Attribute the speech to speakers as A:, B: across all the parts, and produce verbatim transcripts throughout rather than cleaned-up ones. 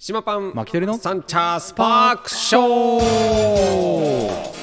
A: 島パン
B: マキテルの
A: サンチャースパークショー。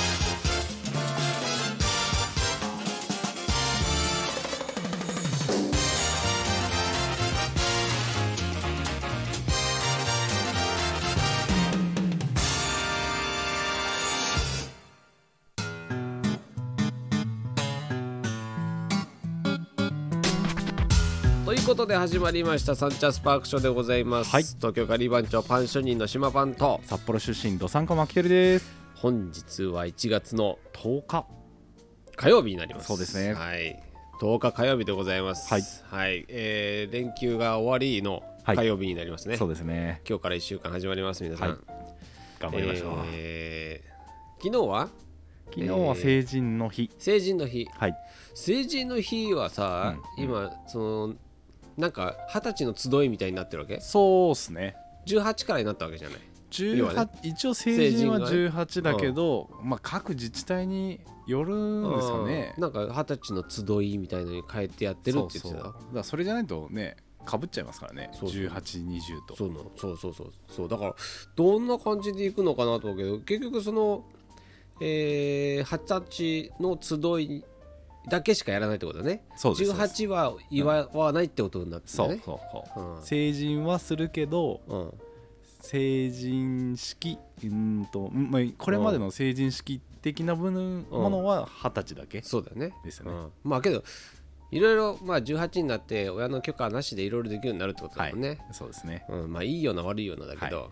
A: ということで始まりましたサンチャースパークショーでございます、
B: はい、
A: 東京カリー番長パン職人の島パンと
B: 札幌出身ドサンコマキテルです。
A: 本日はいちがつの
B: とおか
A: 火曜日になります。
B: そうですね、
A: はい、とおか火曜日でございます。
B: はい、
A: はい、えー、連休が終わりの火曜日になりますね、
B: はい、そうですね。
A: 今日からいっしゅうかん始まります。皆さん、はい、
B: 頑張りましょう、
A: えー、昨日は
B: 昨日は成人の日、
A: えー、成人の日、
B: はい、
A: 成人の日はさ、うん、今そのなんか二十歳の集いみたいになってるわけ？
B: そうっすね。
A: じゅうはちからになったわけじゃない。
B: じゅうはち、ね、一応成人はじゅうはちだけど、うん、まあ各自治体によるんですかね。
A: なんか二十歳の集いみたいなのに変えてやってるって言ってた。
B: そうそう、だからそれじゃないとねかぶっちゃいますからね。そうそう、じゅうはち、にじゅうと。
A: そうのそうそうそうそうだからどんな感じでいくのかなと思うけど、結局その、えー、二十歳の集いだけしかやらないってことだね。そうです。じゅうはちは祝わないってことになってるね、うん、そうそうそう、うん、成
B: 人はするけど、うん、成人式うんと、まあ、これまでの成人式的な部分、うん、ものは二十歳だけ、
A: そうだね
B: ですね、
A: うん、まあけどいろいろ、まあ、じゅうはちになって親の許可なしでいろいろできるようになるってことだもんね、はい、
B: そうですね、
A: うん、まあいいような悪いようなだけど、はい、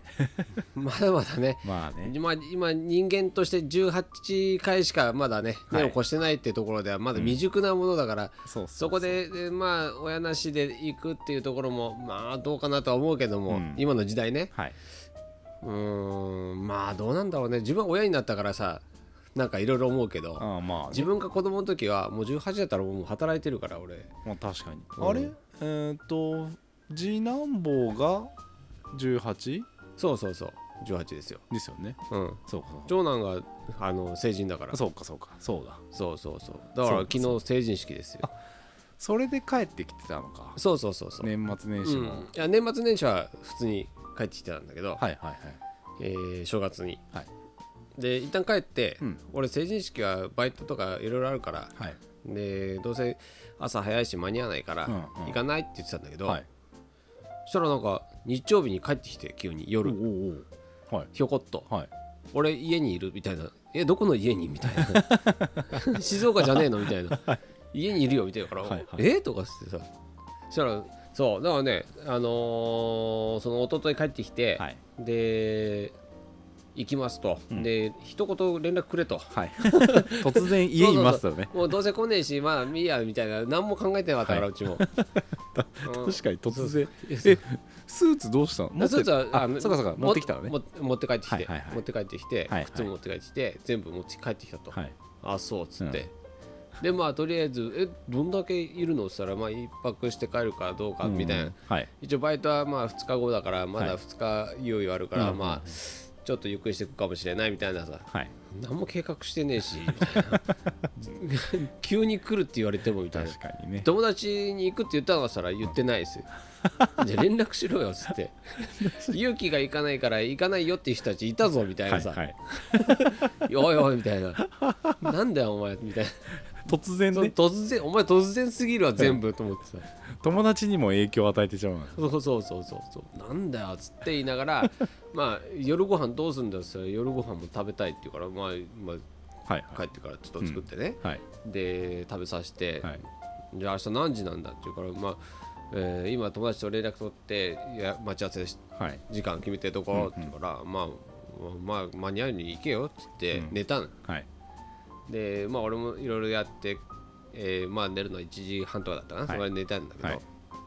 A: まだまだね、
B: まあね、
A: まあ、今人間としてじゅうはちかいしかまだね目を越してないっていうところではまだ未熟なものだから、うん、そうそうそう、そこでまあ親なしで行くっていうところもまあどうかなとは思うけども、うん、今の時代ね、はい、うーんまあどうなんだろうね。自分は親になったからさなんかいろいろ思うけど、ああ、まあね、自分が子供の時はもうじゅうはちだったらもう働いてるから俺、
B: まあ、確かに、うん、あれえー、っと次男坊が じゅうはち？
A: そうそうそうじゅうはちですよ。
B: ですよね、
A: うん、そうか、長男があの成人だから。
B: そうかそうか、そうだ、
A: そうそうそう、だから昨日成人式ですよ。
B: それで帰ってきてたのか。
A: そうそうそうそう、
B: 年末年始も、うん、
A: いや年末年始は普通に帰ってきてたんだけど、
B: はいはいはい、
A: えー、正月に、はい、で一旦帰って、うん、俺成人式はバイトとかいろいろあるから、はい、でどうせ朝早いし間に合わないから、うんうん、行かないって言ってたんだけど、はい、そしたらなんか日曜日に帰ってきて急に夜、おうおうおう、はい、ひょこっと、はい、俺家にいるみたいな、えどこの家にみたいな静岡じゃねえのみたいな、はい、家にいるよみたいなから、はいはい、えとかってさ、そしたらそうだからね、あのー、その一昨日帰ってきて、はい、で行きますと、うん、で一言連絡くれと、はい、
B: 突然家にいますよね。
A: そうそうそう、もうどうせ来ねえしまあいいやみたいな、何も考えてなかったから、はい、うちも確
B: かに突然、えスーツどうしたの？
A: スーツはあ
B: あそうかそうか持ってきたのね。
A: 持って帰ってきて、はいはいはい、持って帰ってきて、
B: はいはい、
A: 靴も持って帰ってきて全部持って帰ってきたと、はい、あそうっつって、うん、でまあとりあえずえどんだけいるのって言ったら、まあ一泊して帰るかどうかみたいな、うんはい、一応バイトはまあふつかごだからまだふつかいよいよあるから、はい、まあちょっとゆっくりしていくかもしれないみたいなさ、はい、何も計画してねえしみたいな急に来るって言われてもみたいな、
B: 確かにね、
A: 友達に行くって言ったのがさら言ってないですよ、うん、じゃあ連絡しろよっつって勇気が行かないから行かないよっていう人たちいたぞみたいなさ、はいはい、おいおいみたいななんだよお前みたいな、
B: 突然ね、
A: 突然お前突然すぎるわ全部と思ってさ、
B: 友達にも影響を与えてちゃうの。
A: そうそうそうそうそうなんだよっつって言いながらまあ夜ご飯どうすんだよって言ったら夜ご飯も食べたいって言うから、まあ、まあはいはい、帰ってからちょっと作ってね、うんはい、で食べさせて、はい、じゃあ明日何時なんだって言うから、まあえー、今友達と連絡取っていや待ち合わせし、はい、時間決めてるところって言うから、うんうん、まあまあ間に合うように行けよって言って寝たの、うんはい、でまあ俺もいろいろやって、えー、まあ寝るのはいちじはんとかだったかな、はい、それで寝たんだけど、はい、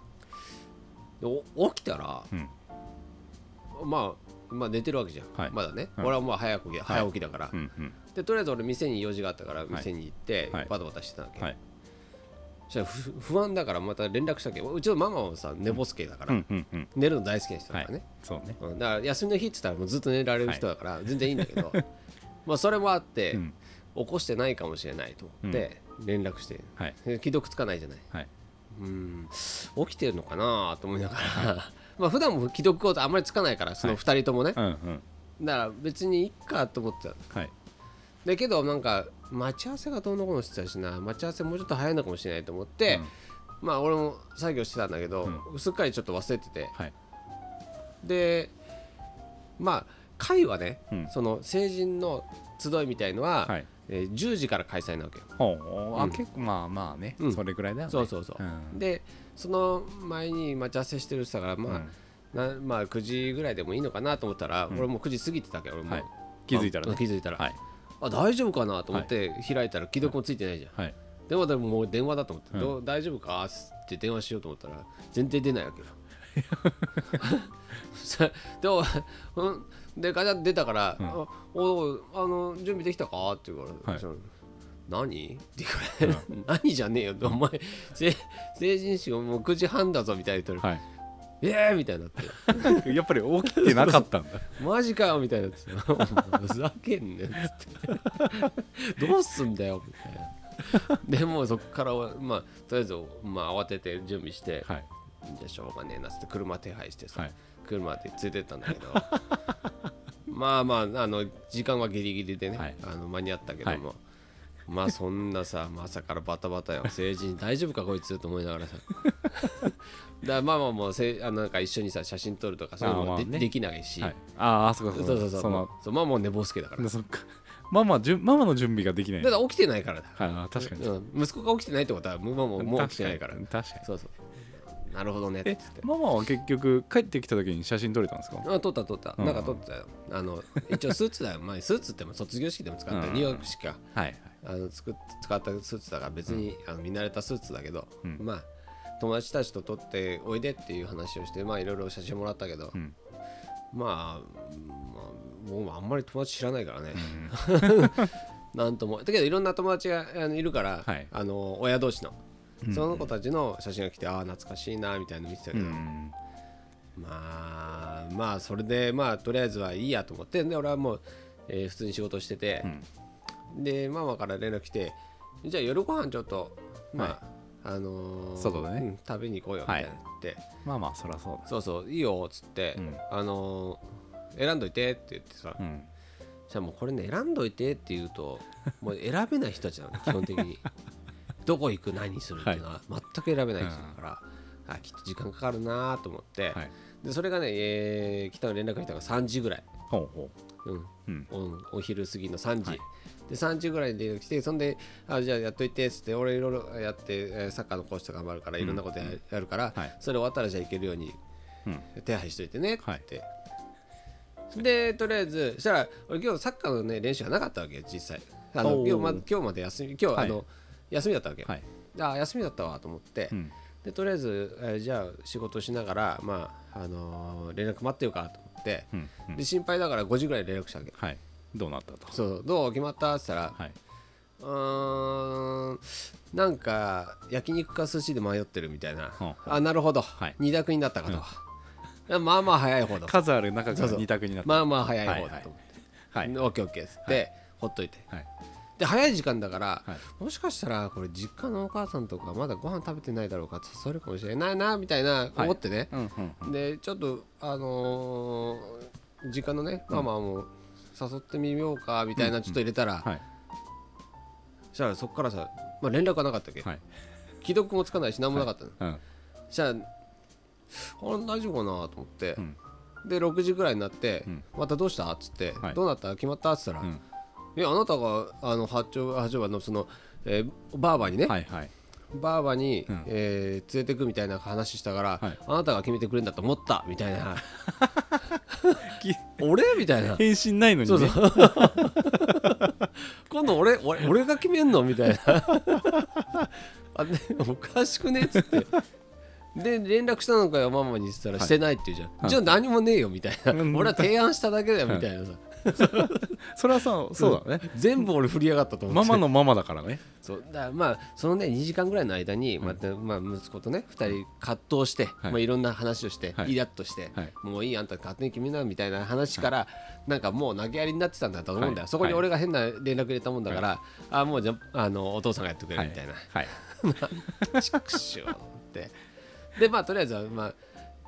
A: で起きたら、うん、まあまあ寝てるわけじゃん、はい、まだね、はい、俺はもう早起き、早起きだから、はいうんうん、でとりあえず俺店に用事があったから店に行ってバタバタしてたわけ、はい、そしたら不安だからまた連絡したわけ。うちのママもさ寝ぼすけだから、うんうんうん、寝るの大好きな人だからね、はい、そうね、うん、だから休みの日って言ったらもうずっと寝られる人だから全然いいんだけどまあそれもあって、うん、起こしてないかもしれないと思って連絡して、うん、既読つかないじゃない、はい、うん起きてるのかなと思いながらまあ普段も既読をあんまりつかないからそのふたりともね、
B: はいうんうん、
A: だから別にいいかと思ってた、はい、だけどなんか待ち合わせがどうのこうのしてたしな、待ち合わせもうちょっと早いのかもしれないと思って、うん、まあ俺も作業してたんだけど、うん、すっかりちょっと忘れてて、はい、でまあ会はね、うん、その成人の集いみたいのは、はい、えー、じゅうじから開催なわけよ。
B: ほう、あ、うん、結構まあまあね、うん、それぐらいだよね。
A: そうそうそう、うん、でその前に待ち合わせしてる人がまあ、うん、なまあくじぐらいでもいいのかなと思ったら、うん、俺もうくじ過ぎてたけど俺も、はい、
B: 気づいたら、ね、
A: 気づいたら、はい、あ大丈夫かなと思って開いたら既読もついてないじゃん、はい、でもでももう電話だと思って、うん、どう大丈夫かって電話しようと思ったら全然出ないわけよでもでガチャッ出たから、うん、あおあの準備できたかって言うから、はい、何って言うから、うん、何じゃねえよお前成人式もうくじはんだぞみたいな言ったら、はい、えーみたいになって
B: やっぱり起きてなかったんだ
A: マジかよみたいなってふざけんねんっつってどうすんだよみたいなでもそっからまあとりあえず、まあ、慌てて準備して、はい、じゃあしょうがねえなっつって車手配してさ、はい、車で連れてったんだけどまあまああの時間はギリギリでね、はい、あの間に合ったけども、はい、まあそんなさまさからバタバタよ成人大丈夫かこいつと思いながらさだまあまあもうせあのなんか一緒にさ写真撮るとかそういうのも で,、ね、できないし、はい、
B: ああそうかそう
A: そうそうそうそのそうまあもう寝坊すけだから
B: そっかママじゅママの準備ができない
A: だから起きてないからだ、
B: はい、確かに、
A: うん、息子が起きてないってことはママももう起きてないから
B: 確かに
A: そうそうなるほどねって
B: ママは結局帰ってきた時に写真撮れたんですか？
A: あ撮った撮った、うん、なんか撮ったよあの一応スーツだよ、まあ、スーツっても卒業式でも使った、うん、入学式か、はい、あの使ったスーツだから別に、うん、あの見慣れたスーツだけど、うん、まあ友達たちと撮っておいでっていう話をしてまあいろいろ写真もらったけど、うん、まあ、まあ、もうあんまり友達知らないからね、うん、なんともだけどいろんな友達があのいるから、はい、あの親同士のその子たちの写真が来て、うん、ああ懐かしいなみたいなの見てたけど、うん、まあまあそれでまあとりあえずはいいやと思ってで俺はもう、えー、普通に仕事してて、うん、でママから連絡来てじゃあ夜ご飯ちょっとまあ、はいあのー、
B: 外でね、うん、
A: 食べに行こうよみたいなって、はい、
B: まあまあそりゃそうだ
A: そうそういいよっつって、うん、あのー、選んどいてって言ってさ、うん、じゃあもうこれね選んどいてって言うともう選べない人たちなの基本的にどこ行く何するっていうのは全く選べない人だから、はい、あきっと時間かかるなと思って、はい、でそれがね、えー、来たの連絡が来たのがさんじぐらい、ほうほう、うんうん、お, お昼過ぎのさんじ、はい、でさんじぐらいで連絡来てそんであじゃあやっといてっつって俺いろいろやってサッカーのコーチとかもあるからいろんなこと や,、うん、やるから、はい、それ終わったらじゃあ行けるように手配しといてねって言って、はい、でとりあえずそしたら俺今日サッカーの、ね、練習がなかったわけよ実際あの今日、ま、今日まで休み今日、はい、あの休みだったわけ、はい、あ休みだったわと思って、うん、でとりあえず、えー、じゃあ仕事しながら、まああのー、連絡待ってよかと思って、うんうん、で心配だからごじぐらい連絡したわけ、
B: はい、どうなったと
A: そうどう決まったって言ったら、はい、うーんなんか焼肉か寿司で迷ってるみたいな、うん、あなるほど、はい、に択になったかと、うん、まあまあ早い方だ
B: 数ある中からに択になった
A: まあまあ早い方だと思って、はいはい、オッケーオッケーっつって、はい、ほっといて、はいで早い時間だから、はい、もしかしたらこれ実家のお母さんとかまだご飯食べてないだろうかって誘えるかもしれないなみたいな思ってね、はいうんうんうん、でちょっとあのー、実家のね、うん、ママも誘ってみようかみたいなちょっと入れたら、うんうんはい、そしたらそっからさ、まあ、連絡がなかったっけ、はい、既読もつかないし何もなかったの、はいうん、そしたらあれ大丈夫かなと思って、うん、でろくじぐらいになって、うん、またどうしたっつって、はい、どうなった決まったっつったら、うんいやあなたがあの八丁八丁のその、えー、バーバーにね、はいはい、バーバーに、うんえー、連れてくみたいな話したから、はい、あなたが決めてくれるんだと思ったみたいな俺みたいな
B: 返信ないのにねそうそう
A: 今度 俺, 俺, 俺が決めんのみたいなあ、ね、おかしくねっつってで連絡したのかよママに言ったらしてないって言うじゃん、はい、じゃあ何もねえよみたいな、はい、俺は提案しただけだよみたいなさ、はい
B: それはそうそうだね
A: 全部俺振りやがったと思って
B: ママのママだからね
A: そうだからまあそのねにじかんぐらいの間にまた、うんまあ、息子とねふたり葛藤して、はいまあ、いろんな話をして、はい、イラッとして、はい、もういいあんた勝手に決めなみたいな話から、はい、なんかもう投げやりになってたんだと思うんだよ、はい、そこに俺が変な連絡入れたもんだから、はい、あもうじゃあのお父さんがやってくれるみたいな、はいはい、チクショーってでまあとりあえずはまあ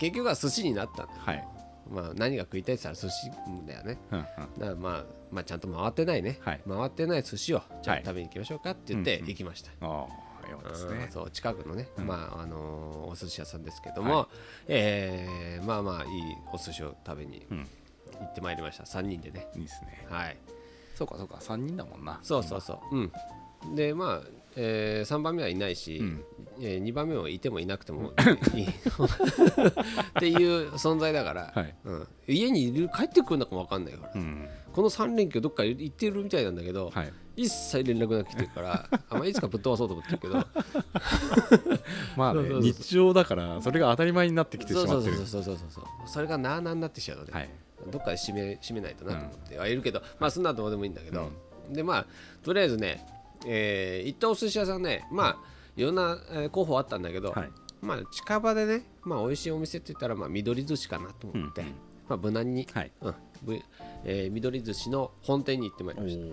A: 結局は寿司になったんだ、
B: はい、
A: まあ、何が食いたいって言ったら寿司だよね、うんうん、だからまあ、まあちゃんと回ってないね、はい、回ってない寿司をちゃんと食べに行きましょうかって言って行きました、はい、うんうん、ああよかったですね、そう近くのね、うん、まああのー、お寿司屋さんですけども、はい、えー、まあまあいいお寿司を食べに行ってまいりました、さんにんでね。
B: いいですね、
A: はい、
B: そうかそうかさんにんだもんな。
A: そうそうそう、うん、でまあ、えー、さんばんめはいないし、うん、えー、にばんめもいてもいなくてもいいっていう存在だから、はい、うん、家にいる帰ってくるのかも分かんないから、うん、このさん連休どっか行ってるみたいなんだけど、はい、一切連絡なく来てるからあ、まあ、いつかぶっ飛ばそうと思ってるけど
B: まあね、そうそうそう、日常だからそれが当たり前になってきてしまってる。
A: そうそうそうそうそうそう、それがなあなあになってきちゃうので、はい、どっかで締め、締めないとなと思ってはいるけど、うん、まあそんなどうでもいいんだけど、うん、でまあとりあえずね、えー、行ったお寿司屋さんね、まあいろんな、えー、候補あったんだけど、はい、まあ近場でね、まあ美味しいお店って言ったらまあ緑寿司かなと思って、うん、まあ無難に、はい、うん、えー、緑寿司の本店に行ってまいりました。うん、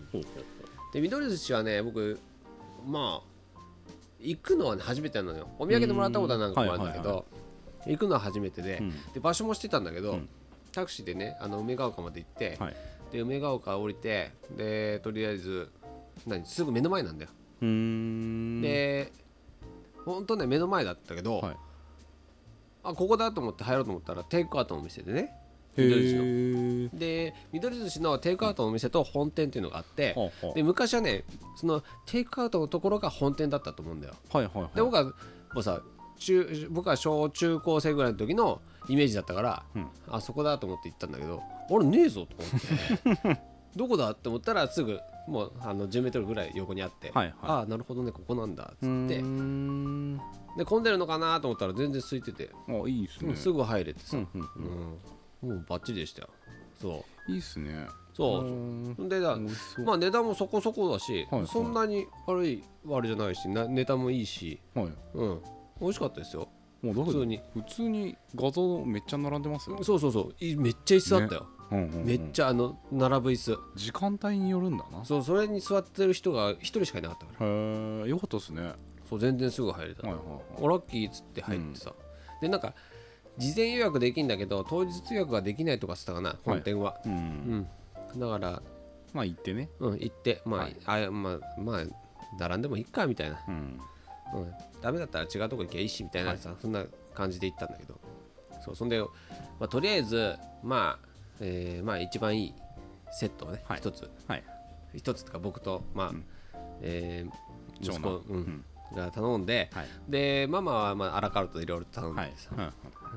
A: で緑寿司はね、僕まあ行くのは、ね、初めてなのよ。お土産でもらったことは何かもあるんだけど、はいはいはい、行くのは初めて で,、うん、で場所もしてたんだけど、うん、タクシーでね、あの梅ヶ丘まで行って、はい、で梅ヶ丘降りて、でとりあえず何すぐ目の前なんだよ。うーん、で本当ね目の前だったけど、はい、あここだと思って入ろうと思ったらテイクアウトのお店でね、緑寿司ので緑寿司のテイクアウトのお店と本店っていうのがあって、うん、で昔はねそのテイクアウトのところが本店だったと思うんだよ、はいはいはい、で僕はもうさ中僕は小中高生ぐらいの時のイメージだったから、うん、あそこだと思って行ったんだけど、俺ねえぞと思ってどこだって思ったらすぐもうあのじゅうメートルぐらい横にあって、はいはい、ああなるほどねここなんだっつって、で混んでるのかなと思ったら全然空いてて、
B: あいいですね、
A: すぐ入れてさ、うんうんうん、もうバッチリでしたよ。そう
B: いいっすね。
A: そうでだまあ値段もそこそこだし、はいはい、そんなに悪いあれじゃないしな、ネタもいいし、はい、うん、美味しかったですよ。
B: もうだ普通に普通に画像めっちゃ並んでますよ。
A: そうそうそう、めっちゃ椅子あったよ、ね、うんうんうん、めっちゃあの並ぶ椅子、
B: 時間帯によるんだな。
A: そうそれに座ってる人が一人しかいなかったから、
B: へえよかったですね。
A: そう全然すぐ入れた、はいはいはい、おラッキーっつって入ってさ、うん、でなんか事前予約できるんだけど当日予約ができないとかしたかな本店は、はい、うん、うん、だから
B: まあ行ってね、
A: うん行ってまあ、はい、あまあまあ並んでもいいかみたいな、うんうん、ダメだったら違うとこ行きゃいいしみたいなさ、はい、そんな感じで行ったんだけど、そうそんで、まあ、とりあえずまあ、えー、まあ一番いいセットをね一、はい、つ、はい、一つとか僕とまあ、うん、えー、息子、うん、が頼んで、はい、でママはまあアラカルトいろいろ頼んでさ、はい、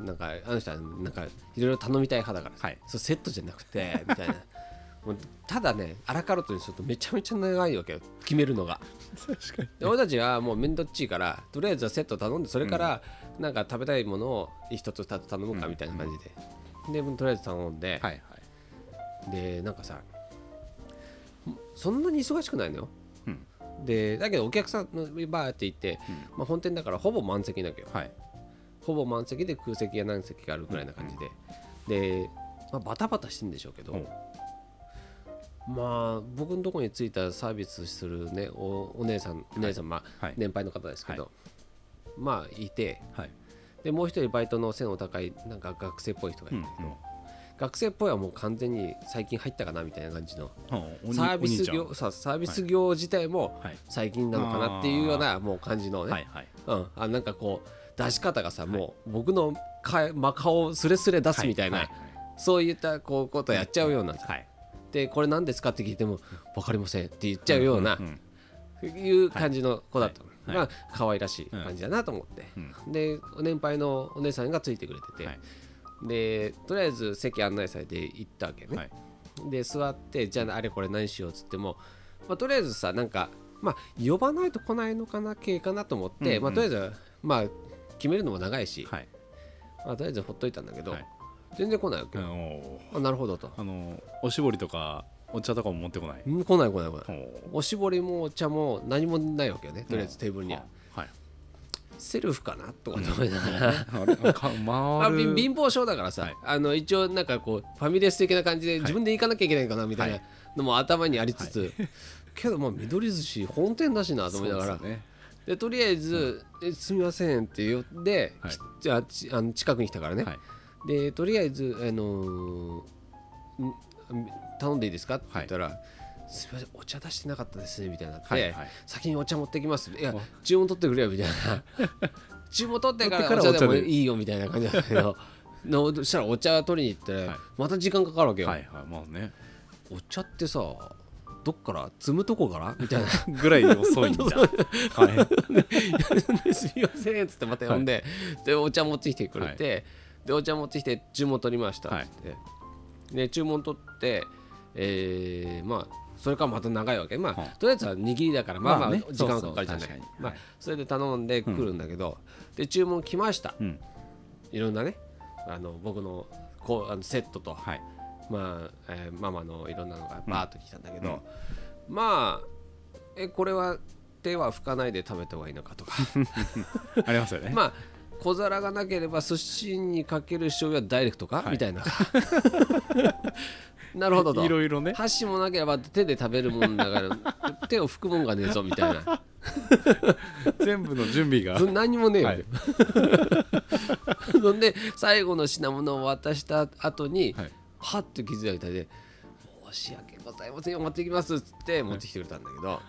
A: なんかあの人はなんかいろいろ頼みたい派だからさ、はい、そうセットじゃなくてみたいなもうただねアラカルトにするとめちゃめちゃ長いわけよ決めるのが確かにで俺たちはもうめんどっちいからとりあえずはセット頼んでそれからなんか食べたいものを一つ二つ頼むかみたいな感じで、うんうん、でとりあえず頼んで、はいはい、でなんかさそんなに忙しくないのよ、うん、でだけどお客さんのバーって行って、うんまあ、本店だからほぼ満席だけど、はい、ほぼ満席で空席や何席かあるぐらいな感じで、うんうん、で、まあ、バタバタしてるんでしょうけど、うんまあ僕のところに着いたサービスするね お, お姉さんお姉さん、まあ、年配の方ですけど、はい、まあいて、はい、でもう一人バイトの背の高いなんか学生っぽい人がいるけど、うんうん、学生っぽいはもう完全に最近入ったかなみたいな感じの、うん、サービス業さサービス業自体も最近なのかなっていうようなもう感じのね、はいはいうん、あなんかこう出し方がさ、はい、もう僕の真顔をスレスレ出すみたいな、はいはいはい、そういったこうことやっちゃうような、はいでこれ何ですかって聞いても分かりませんって言っちゃうような、うんうんうん、いう感じの子だったの、はいはい、まあ可愛らしい感じだなと思って、うん、で年配のお姉さんがついてくれてて、はい、でとりあえず席案内されて行ったわけね、はい、で座ってじゃああれこれ何しようっつっても、まあ、とりあえずさなんかまあ呼ばないと来ないのかな系かなと思って、うんうんまあ、とりあえずまあ決めるのも長いし、はいまあ、とりあえずほっといたんだけど、はい全然来ないわけ、うん、あなるほどと
B: あのおしぼりとかお茶とかも持ってこない、
A: うん、来ない来ない来ないおしぼりもお茶も何もないわけよねとりあえずテーブルには、はい、セルフかなとか思いながら、うん、あ貧貧乏症だからさ、はい、あの一応なんかこうファミレス的な感じで自分で行かなきゃいけないかなみたいなのも頭にありつつ、はい、けどまあ緑寿司本店だしなと思いながら、ね、 でとりあえず、うん、えすみませんって言って、はい、じゃあちあの近くに来たからね、はい、でとりあえず、あのー、頼んでいいですかって言ったら、はい、すみませんお茶出してなかったですねみたいになって、はいはい、先にお茶持ってきます、いや注文取ってくれよみたいな注文取ってからお茶でもいいよみたいな感じだったけどのそしたらお茶取りに行って、はい、また時間かかるわけよ、
B: はいはい、まあね、
A: お茶ってさどっから積むとこからみたいな
B: ぐらい遅いんだはい、
A: すみませんっつってまた呼んで、はい、でお茶持ってきてくれて、はい、でお茶持ってきて注文取りましたっつって、はい、で注文取って、えー、まあそれからまた長いわけ、まあ、うん、とりあえずは握りだからまあまあ時間かかるじゃない、まあ、まあ、それで頼んでくるんだけど、うん、で注文来ました、うん、いろんなねあの僕のこうあのセットと、はい、まあえー、ママのいろんなのがバーッと来たんだけど、うん、まあえこれは手は拭かないで食べた方がいいのかとか
B: ありますよね。
A: まあ小皿がなければ寿司にかける醤油はダイレクトか、はい、みたいななるほどと、
B: いろいろね、
A: 箸もなければ手で食べるもんだから手を拭くもんがねえぞみたいな
B: 全部の準備が
A: 何もねえよ、はい、そんで最後の品物を渡した後に、はい、はっと気づいたで申し訳ございません持ってきますっつって持ってきてくれたんだけど、はい、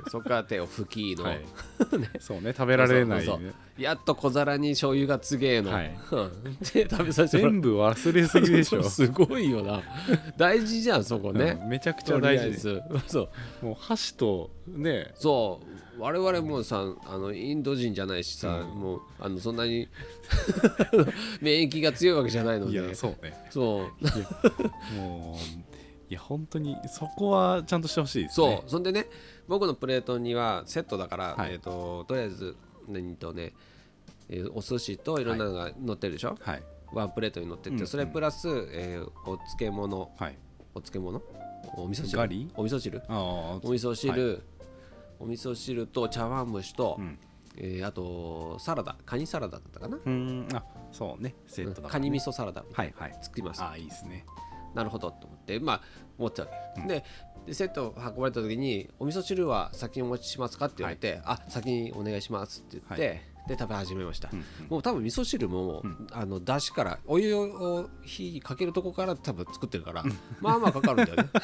A: そっから手を拭きの、はい
B: ね、そうね食べられない、ね、そうそう
A: そうやっと小皿に醤油がつげえの、はい、で食べさせて
B: 全部忘れすぎでしょ
A: すごいよな大事じゃんそこね、
B: うん、めちゃくちゃ大事です。
A: そう
B: もう箸とね
A: そう我々もさあのインド人じゃないしさ、うん、もうあのそんなに免疫が強いわけじゃないので、
B: いやそうね
A: そう
B: いやもういや本当にそこはちゃんとしてほしいですね。
A: そうそんでね僕のプレートにはセットだから、はい、えー、ととりあえず何とね、えー、お寿司といろんなのが乗ってるでしょ、はい、ワンプレートに乗ってて、うんうん、それプラス、えー、お漬物、はい、お漬物お味噌汁
B: ガリ
A: お味噌汁お味噌汁、はい、お味噌汁と茶碗蒸しと、うん、えー、あとサラダカニサラダだったかな、
B: うん、あそうねセットだから、ね、
A: カニ味噌サラダ
B: はいはい
A: 作ります。
B: あいいですね。
A: なるほどと思ってまあ思ってたわけ、うん、で, でセット運ばれた時にお味噌汁は先にお持ちしますかって言われて、はい、あ先にお願いしますって言って、はい、で食べ始めました、うんうん、もう多分味噌汁も、うん、あの出汁からお湯を火にかけるとこから多分作ってるから、うん、まあまあかかるんだよね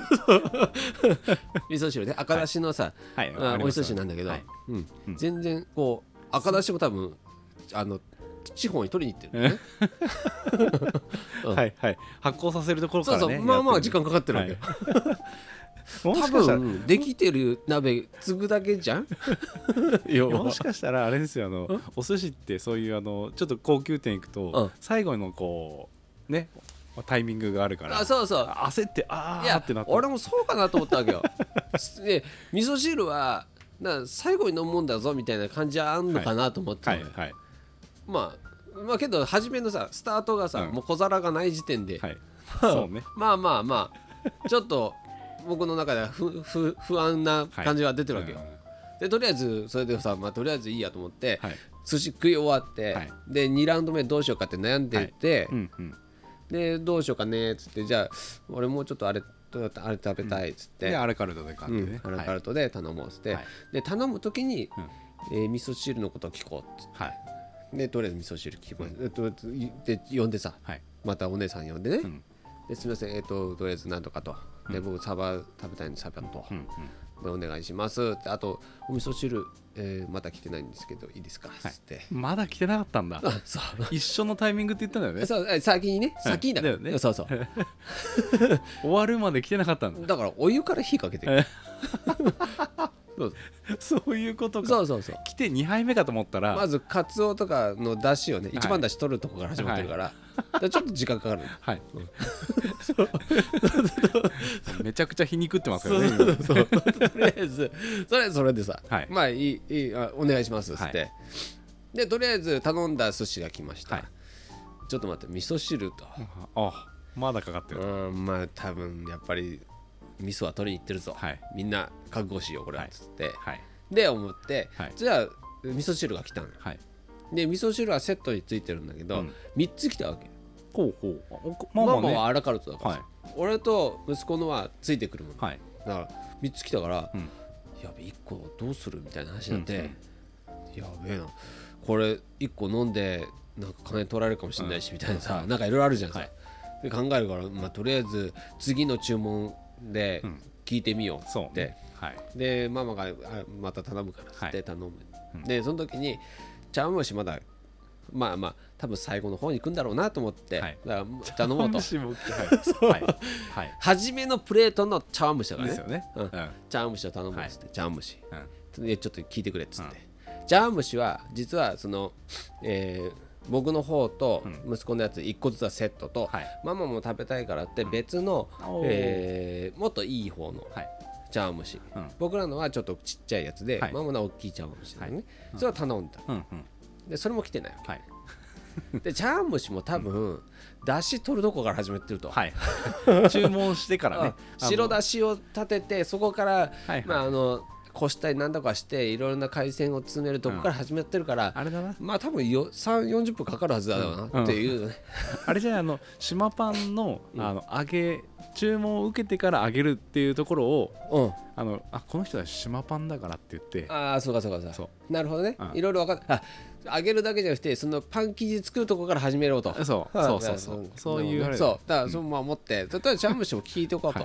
A: 味噌汁ね赤だしのさ、はいはい、お味噌汁なんだけど、はいうんうん、全然こう赤だしも多分あの地方に取りに行ってる、ね
B: うん、はいはい発酵させるところからね
A: そうそうまあまあ時間かかってるわけよ、はい多分できてる鍋継ぐだけじゃん
B: もしかしたらあれですよあのお寿司ってそういうあのちょっと高級店行くと、うん、最後のこうねタイミングがあるから
A: あそうそう
B: 焦ってあーってなって
A: 俺もそうかなと思ったわけよで味噌汁はな最後に飲むもんだぞみたいな感じはあんのかなと思って、はいはいはい、まあまあけど初めのさスタートがさ、うん、もう小皿がない時点で、はいそうね、まあまあまあちょっと僕の中では不, 不, 不安な感じが出てるわけよ、はい、でとりあえずそれでさ、まあ、とりあえずいいやと思って、はい、寿司食い終わって、はい、でにラウンド目どうしようかって悩んでて、はいうんうん、でどうしようかねっつってじゃあ俺もうちょっとあれあれ食べたいっつって、うん、
B: でアラカルトで買ってね、
A: うん、アラカルトで頼もうっつって、はい、で頼む時に、うんえー、味噌汁のことを聞こうっつって、はい、でとりあえず味噌汁聞こう、うん、で呼んでさ、はい、またお姉さん呼んでね、うん、ですみませんえっ、ー、ととりあえずなんとかとで僕サバ食べたいんでサバと、うんうん、でお願いしますってあとお味噌汁、えー、まだ来てないんですけどいいですかっつって、はい、
B: まだ来てなかったんだそう一緒のタイミングって言ったんだよね
A: そう先にね先にだから、はい、ね、そうそう
B: 終わるまで来てなかったんだ
A: だからお湯から火かけてる
B: そうそういうことか
A: そうそうそう
B: 来てにはいめかと思ったら
A: まずカツオとかの出汁をね、はい、一番出汁取るとこから始まってるから、はい、からちょっと時間かかるはい、
B: うん、めちゃくちゃ皮肉ってますよね
A: そうそうそうとりあえずそれそれでさ、はい、まあいいいいあお願いしますっつって、はい、でとりあえず頼んだ寿司が来ました、はい、ちょっと待って味噌汁と
B: あまだかかってる
A: うんまあ多分やっぱり味噌は取りに行ってるぞ、はい、みんな覚悟しようこれはっつって、はい、で思って、はい、じゃあ味噌汁が来たの、はい、で味噌汁はセットについてるんだけど、うん、みっつ来たわけ
B: ほうほう
A: ママ、ね、ママはアラカルトだから、はい、俺と息子のはついてくるもの、はい、だからみっつ来たから、うん、やべいっこどうするみたいな話になって、うんうん、 やべえなこれいっこ飲んでなんか金取られるかもしれないしみたいなさ、うん、なんかいろいろあるじゃん、はい、で考えるから、まあ、とりあえず次の注文で聞いてみようって、うんはい、でママがまた頼むからって頼む、はい、でその時に茶碗蒸しまだまあまあ多分最後の方に行くんだろうなと思って、はい、だから頼もうと初めのプレートの茶碗蒸しだから ね, ですよね、うんうん、茶碗蒸しを頼むっつって、はい、茶碗蒸し、うん、でちょっと聞いてくれっつって、うん、茶碗蒸しは実はその、えー、僕の方と息子のやついっこずつはセットと、うん、ママも食べたいからって別の、うんえー、もっといい方の、はい茶碗蒸し、うん、僕らのはちょっとちっちゃいやつで、はい、ママの大きい茶碗蒸しだよね、はいうん、それを頼んだ、うんうん、でそれも来てないわけ、はい、で茶碗蒸しも多分、うん、だし取るとこから始めてると、はい、
B: 注文してからね
A: 白だしを立ててそこから、はいはいまあ、あのこしたり何とかしていろいろな海鮮を詰めるとこから始めてるから、うん、あれだなまあ多分さんじゅう、よんじゅっぷんかかるはずだよなっていう、ねうんうん、
B: あれじゃあの島パン の, あの揚げ注文を受けてから揚げるっていうところを、うん、あのあこの人は島パンだからって言って
A: ああそうかそうかそうなるほどね、うん、いろいろ分かったあ揚げるだけじゃなくてそのパン生地作るところから始めろと
B: そうそうそうそうそういう
A: そうだからそのまま持ってとりあえず茶碗蒸しも聞いておこうと、はい、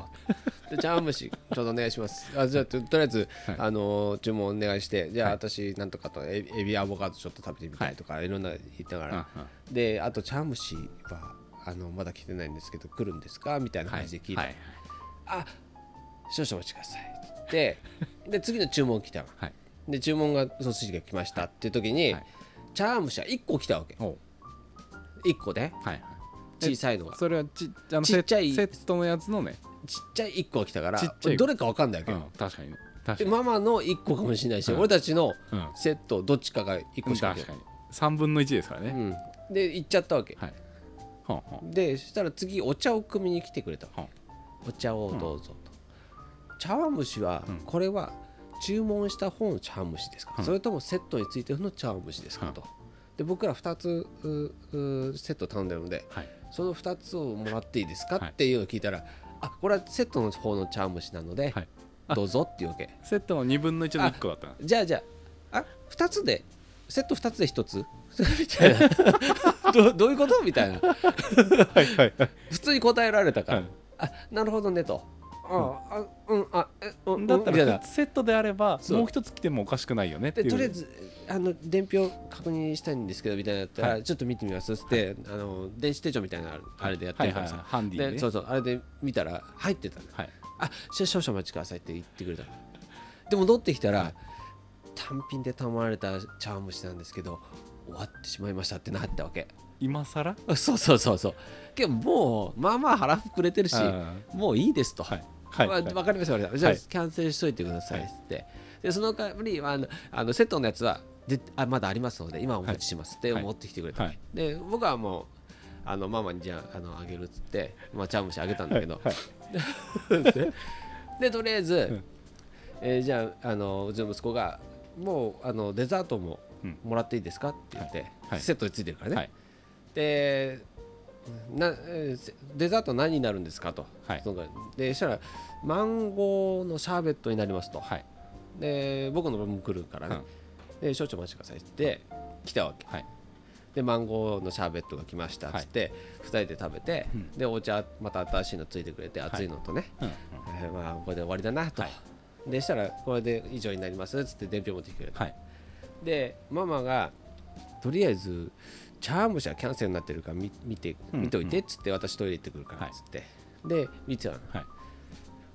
A: で茶碗蒸しちょっとお願いしますあじゃあ と, とりあえず、はい、あの注文お願いしてじゃあ私なんとかとエビアボカドちょっと食べてみたいとか、はい、いろんな言いながら、はい、であと茶碗蒸しはあのまだ来てないんですけど来るんですかみたいな感じで聞いた、はいはい、あ少々お待ちくださいってで次の注文来たわ、はい、で注文がその筋が来ましたっていう時に、はい、茶碗蒸しはいっこ来たわけいっこで、はい、小さいのが
B: それは ち, あのちっちゃいセットのやつのね
A: ちっちゃいいっこが来たからどれか分かんないわけ、うん、
B: 確かに
A: でママのいっこかもしれないし、うん、俺たちのセットどっちかがいっこしか来てない、うん、確かに
B: さんぶんのいちですからね、
A: うん、で行っちゃったわけ、はいはんはんでそしたら次お茶を汲みに来てくれた、はんお茶をどうぞと、うん、茶碗蒸しは、うん、これは注文した方の茶碗蒸しですか、うん、それともセットについてるの茶碗蒸しですか、うん、とで僕らふたつセット頼んでるので、はい、そのふたつをもらっていいですか、はい、っていうのを聞いたらあこれはセットの方の茶碗蒸しなので、はい、どうぞっていうわけ
B: セットのにぶんのいちのいっこだった
A: じゃあじゃああふたつでセットふたつでひとつみたいなど, どういうことみたいなはいはい、はい、普通に答えられたから、はい、あなるほどねとああうんあえうん
B: だったらセットであればもう一つ来てもおかしくないよねっていう
A: でとりあえずあの伝票確認したいんですけどみたいなやったら、はい、ちょっと見てみますって、はい、あの電子手帳みたいなあれでやってるからさ、はいはいはい、ハンディで、ね、そうそうあれで見たら入ってたの、はい、あ少々お待ちくださいって言ってくれたでも戻ってきたら、はい、単品で頼まれた茶碗蒸しなんですけど終わってしまいましたってなったわけ
B: 今更
A: そうそうそうそうけどもうまあまあ腹膨れてるしもういいですと、はいはいはい、分かりました分かりましたじゃあ、はい、キャンセルしといてくださいって、はい、でその代わりあのあのセットのやつはであまだありますので今お持ちしますって持ってきてくれた、はい、で僕はもうあのママにじゃあ、あのあげるっつって、まあ、茶碗蒸しあげたんだけど、はいはい、でとりあえず、うんえー、じゃあ、あのうちの息子がもうあのデザートももらっていいですかって言って、はいはい、セットでついてるからね、はい、でなデザート何になるんですかと、はい、そのでしたらマンゴーのシャーベットになりますと、はい、で僕の分も来るからね、うん、で少々お待ちくださいって来たわけ、はい、でマンゴーのシャーベットが来ましたっつって、はい、ふたりで食べて、うん、でお茶また新しいのついてくれて熱いのとね、はいうんえー、まあこれで終わりだなと、はい、でしたらこれで以上になりますっつって伝票持ってきてくれた、はい、でママがとりあえず茶碗蒸しはキャンセルになってるから 見, 見て見といてっつって、私トイレ行ってくるからっつって、はい、で見てたの、はい、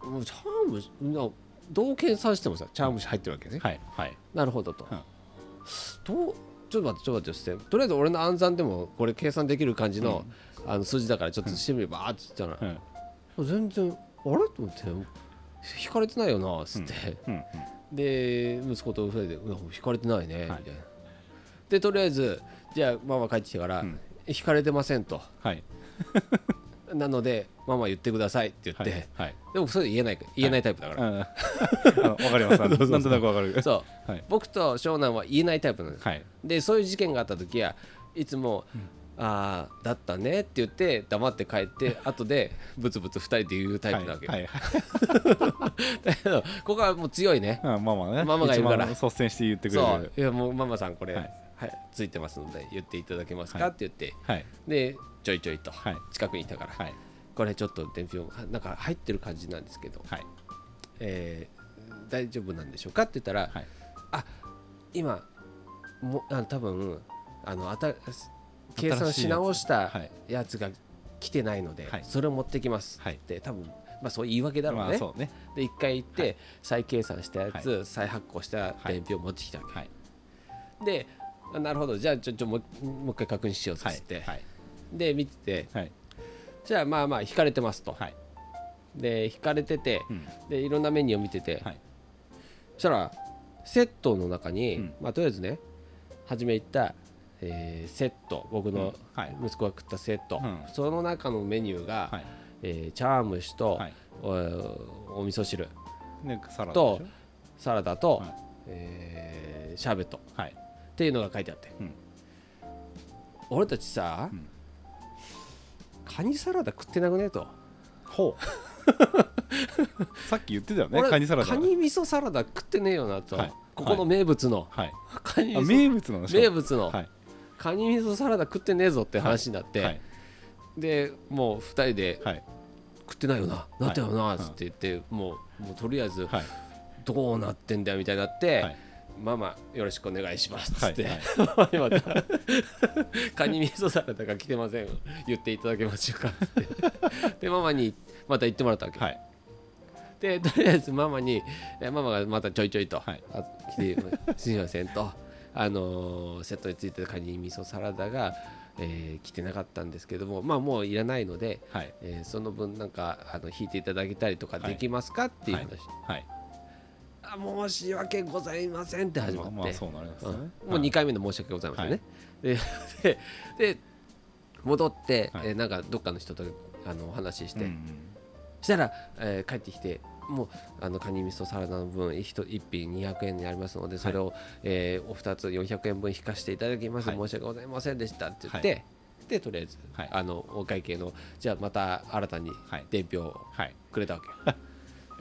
A: もう茶碗蒸しどう計算してもさ茶碗蒸し入ってるわけね、はいはい、なるほどと、うん、どうちょっと待ってちょっと待ってってとりあえず俺の暗算でもこれ計算できる感じ の,、うん、あの数字だからちょっとしてみれば、うん、あーって言ったら、うん、全然あれと思って引かれてないよなっつって、うんうんうん、で息子とふたりで引かれてないね、はい、みたいなでとりあえずじゃあママ帰ってきてから、うん、引かれてませんと、はい、なのでママ言ってくださいって言って、はいはい、でもそれ言えない言えないタイプだから、はい、
B: わかりますなんとなくわかる
A: そう、はい、僕と長男は言えないタイプなの、はい、でそういう事件があった時はいつも、うん、 ああだったねって言って黙って帰って後でブツブツふたりで言うタイプなわけよ、はいはい、だけどここはもう強いね、
B: うん、ママね
A: ママがいるから
B: 率先して言ってくれる。
A: そういやもうママさんこれ、はいはい、ついてますので言っていただけますか、はい、って言って、はい、でちょいちょいと近くにいたから、はい、これちょっと伝票なんか入ってる感じなんですけど、はいえー、大丈夫なんでしょうかって言ったら、はい、あ今もあ多分あのあた計算し直したやつが来てないので、はい、それを持ってきますって、はい、多分まあそういう言い訳だろう ね,、まあ、そうねで一回行って、はい、再計算したやつ、はい、再発行した伝票を持ってきたわけ、はい、でなるほどじゃあちょちょもうもう一回確認しようっつって、はいはい、で見てて、はい、じゃあまあまあ引かれてますと、はい、で引かれてて、うん、でいろんなメニューを見てて、はい、そしたらセットの中に、うんまあ、とりあえずね初め言ったえー、セット僕の息子が食ったセット、うんはい、その中のメニューが、はいえー、茶碗蒸しと、はい、お, お味噌汁、ね、サラダとサラダと、はいえー、シャーベット、はい、っていうのが書いてあって、うん、俺たちさ、うん、カニサラダ食ってなくねと
B: ほうさっき言ってたよねカニサラダ
A: カニ味噌サラダ食ってねえよなと、はい、ここの名物の、はい、
B: カニ味噌名物の
A: 名物の、はいカニ味噌サラダ食ってねえぞって話になって、はいはい、でもうふたりで、はい、食ってないよな、なったよなって言って、はい、もう、もうとりあえず、はい、どうなってんだよみたいになって、はい、ママよろしくお願いしますっつって、はいはい、またカニ味噌サラダが来てません言っていただけましょうかってでママにまた言ってもらったわけ、はい、でとりあえずママにママがまたちょいちょいと、はい、来てすみませんとあのー、セットについてたカニ味噌サラダが、えー、来てなかったんですけども、まあ、もういらないので、はいえー、その分なんかあの引いていただけたりとかできますか、はい、っていう話、はいはい、あ申し訳ございませんって始まって、まあそうなりますねうん、もうにかいめの申し訳ございませんね、はい、で, で, で戻って、はいえー、なんかどっかの人とあのお話しして、うんうん、したら、えー、帰ってきてもうあのカニ味噌サラダの分いち品にひゃくえんになりますのでそれを、はいえー、おふたつよんひゃくえんぶん引かせていただきます、はい、申し訳ございませんでしたって言って、はい、でとりあえず、はい、あのお会計のじゃあまた新たに伝票をくれたわけ、はい、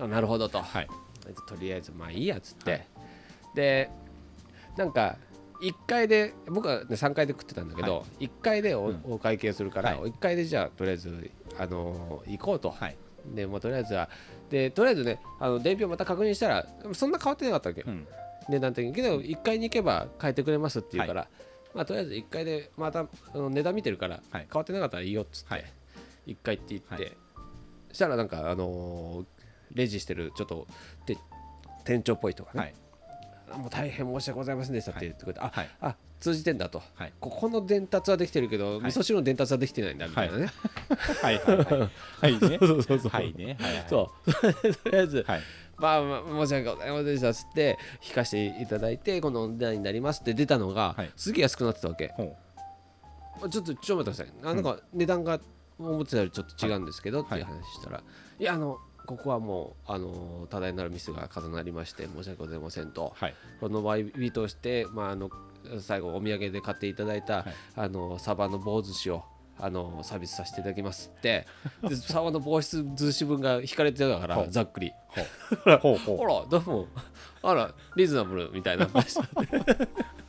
A: なるほどと、はい、とりあえずまあいいやつって、はい、でなんかいっかいで僕は、ね、さんかいで食ってたんだけど、はい、いっかいで お,、うん、お会計するから、はい、いっかいでじゃあとりあえず、あのー、行こうと、はい、でもうとりあえずはでとりあえずねあの伝票また確認したらそんな変わってなかったわけよ、うん、値段的にけどいっかいに行けば変えてくれますって言うから、はいまあ、とりあえずいっかいでまたあの値段見てるから変わってなかったらいいよっつって、はい、いっかいって言って、はい、したらなんか、あのー、レジしてるちょっとで店長っぽい人がね、はいもう大変申し訳ございませんでしたって言ってくれて、はい、あ、はい、あ通じてんだと、はい、ここの伝達はできてるけど、はい、味噌汁の伝達はできてないんだみたいなね、
B: はいはいはいはいね
A: そうそうそう
B: はいねはいはい
A: そうとりあえず、はい、まあ、まあ、申し訳ございませんでしたっつって引かせていただいてこの値段になりますって出たのが、はい、すげえ安くなってたわけ、はい、ちょっとちょっと待ってくださいなんか値段が思ってたよりちょっと違うんですけど、はい、っていう話したら、はい、いやあのここはもうあの多大なるミスが重なりまして申し訳ございませんと、はい、この場合として、まあ、あの最後お土産で買っていただいた、はい、あのサバの棒寿司をあのサービスさせていただきますってでサバの棒寿司分が引かれてたからざっくりほうほうほらどうもあらリーズナブルみたいな話になって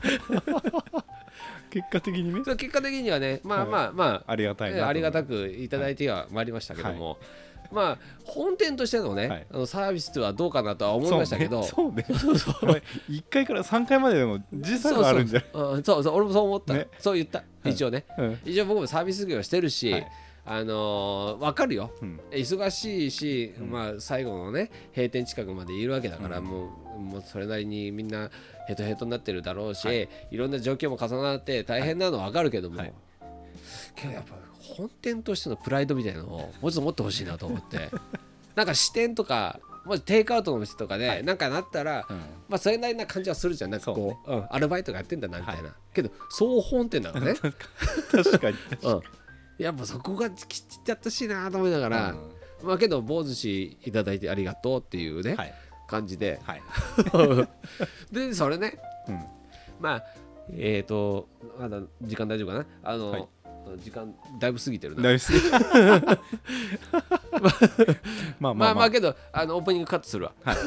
B: 結果的にね
A: 結果的にはねまあまあまあ、はい、
B: ありがたいな
A: ありがたくいただいてはまいりましたけども、はいまあ本店としてのね、はい、あのサービスはどうかなとは思いましたけど
B: そうねそうねそうそういっかいからさんかいまででも時差があるんじゃない
A: そうそう、うん、そうそう俺もそう思った、ね、そう言った一応ね、うん、一応僕もサービス業してるし、はいあのー、分かるよ、うん、忙しいし、うんまあ、最後のね閉店近くまでいるわけだから、うん、もう、もうそれなりにみんなヘトヘトになってるだろうし、はい、いろんな状況も重なって大変なのは分かるけども、はいはい、けどやっぱ本店としてのプライドみたいなのをもうちょっと持ってほしいなと思ってなんか支店とかもしテイクアウトの店とかで、はい、なんかなったら、うんまあ、それなりな感じはするじゃんなんかこう、ねうん、アルバイトがやってんだなみたいな、はい、けど総本店だからね
B: 確かに、うん、
A: やっぱそこがきちっちゃったしいなと思いながら、うん、まあけど棒寿司いただいてありがとうっていうね、はい、感じで、はい、でそれね、うん、まあえっ、ー、とまだ時間大丈夫かなあの、はい時間だいぶ過ぎてるな。
B: だいぶ過ぎてる
A: まあまあまあまあけどあのオープニングカットするわ。はい。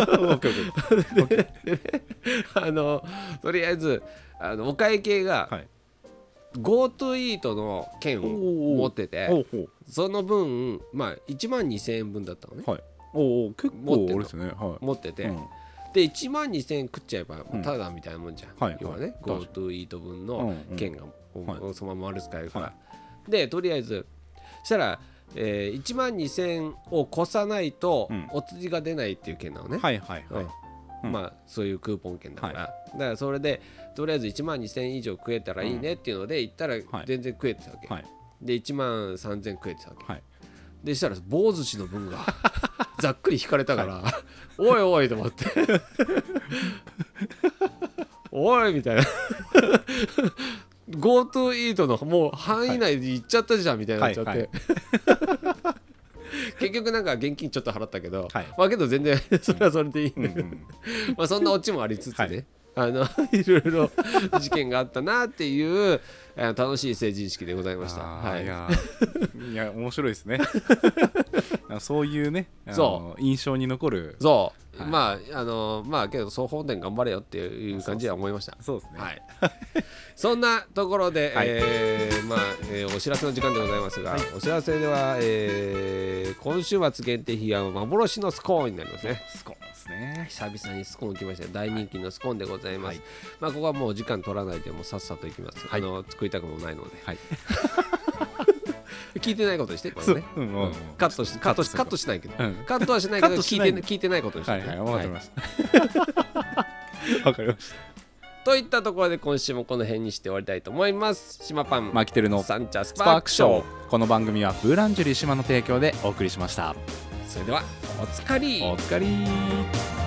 A: あのとりあえずあのお会計が、はい、GoTo イートの券を持ってて、おうおうその分まあいちまんにせんえんぶんだったのね。はい。
B: おお結構あれですね。はい。
A: 持ってて。うんでいちまんにせんえん食っちゃえばただみたいなもんじゃん、うん、要はね、はい、GoTo イート分の券がそのまま丸使えるから、はい、でとりあえずしたら、えー、いちまんにせんを越さないとお釣りが出ないっていう券なのね、はいはいはい、うん、まあそういうクーポン券だから、はい、だからそれでとりあえずいちまんにせん以上食えたらいいねっていうので行ったら全然食えてたわけ、はい、でいちまんさんぜん食えてたわけ、はい、でしたら棒寿司の分がざっくり引かれたから、はい、おいおいと思っておいみたいなGoTo イートのもう範囲内で行っちゃったじゃんみたいになっちゃって、はいはいはい、結局なんか現金ちょっと払ったけど、はい、まあけど全然それはそれでいい、うんうんうん、まあそんなオチもありつつね、はいあのいろいろ事件があったなっていう楽しい成人式でございました。はい、いや
B: いや面白いですねそういうねあの印象に残る
A: そう、はい、まああのまあけど総本店頑張れよっていう感じは思いました。
B: そうですね、はい、
A: そんなところで、はいえーまあえー、お知らせの時間でございますが、はい、お知らせでは、えー、今週末限定日は幻のスコーンになりますね。
B: スコーンですね。
A: 久々にスコーン来ました。大人気のスコーンでございます、はいまあ、ここはもう時間取らないでもうさっさといきます、はい、あの作りたくもないので、はい、聞いてないことにして、これねうんうんうん、カットしカットしカットしないけど、うん、カットはしないけど聞いて聞いてないことにして、ね、はいはい、分かりましたわかりましたといったところで今週もこの辺にして終わりたいと思います。島パン
B: マキテルの
A: サンチャスパークショー、
B: この番組はブーランジェリー島の提供でお送りしました。
A: それではおつかり
B: おつかり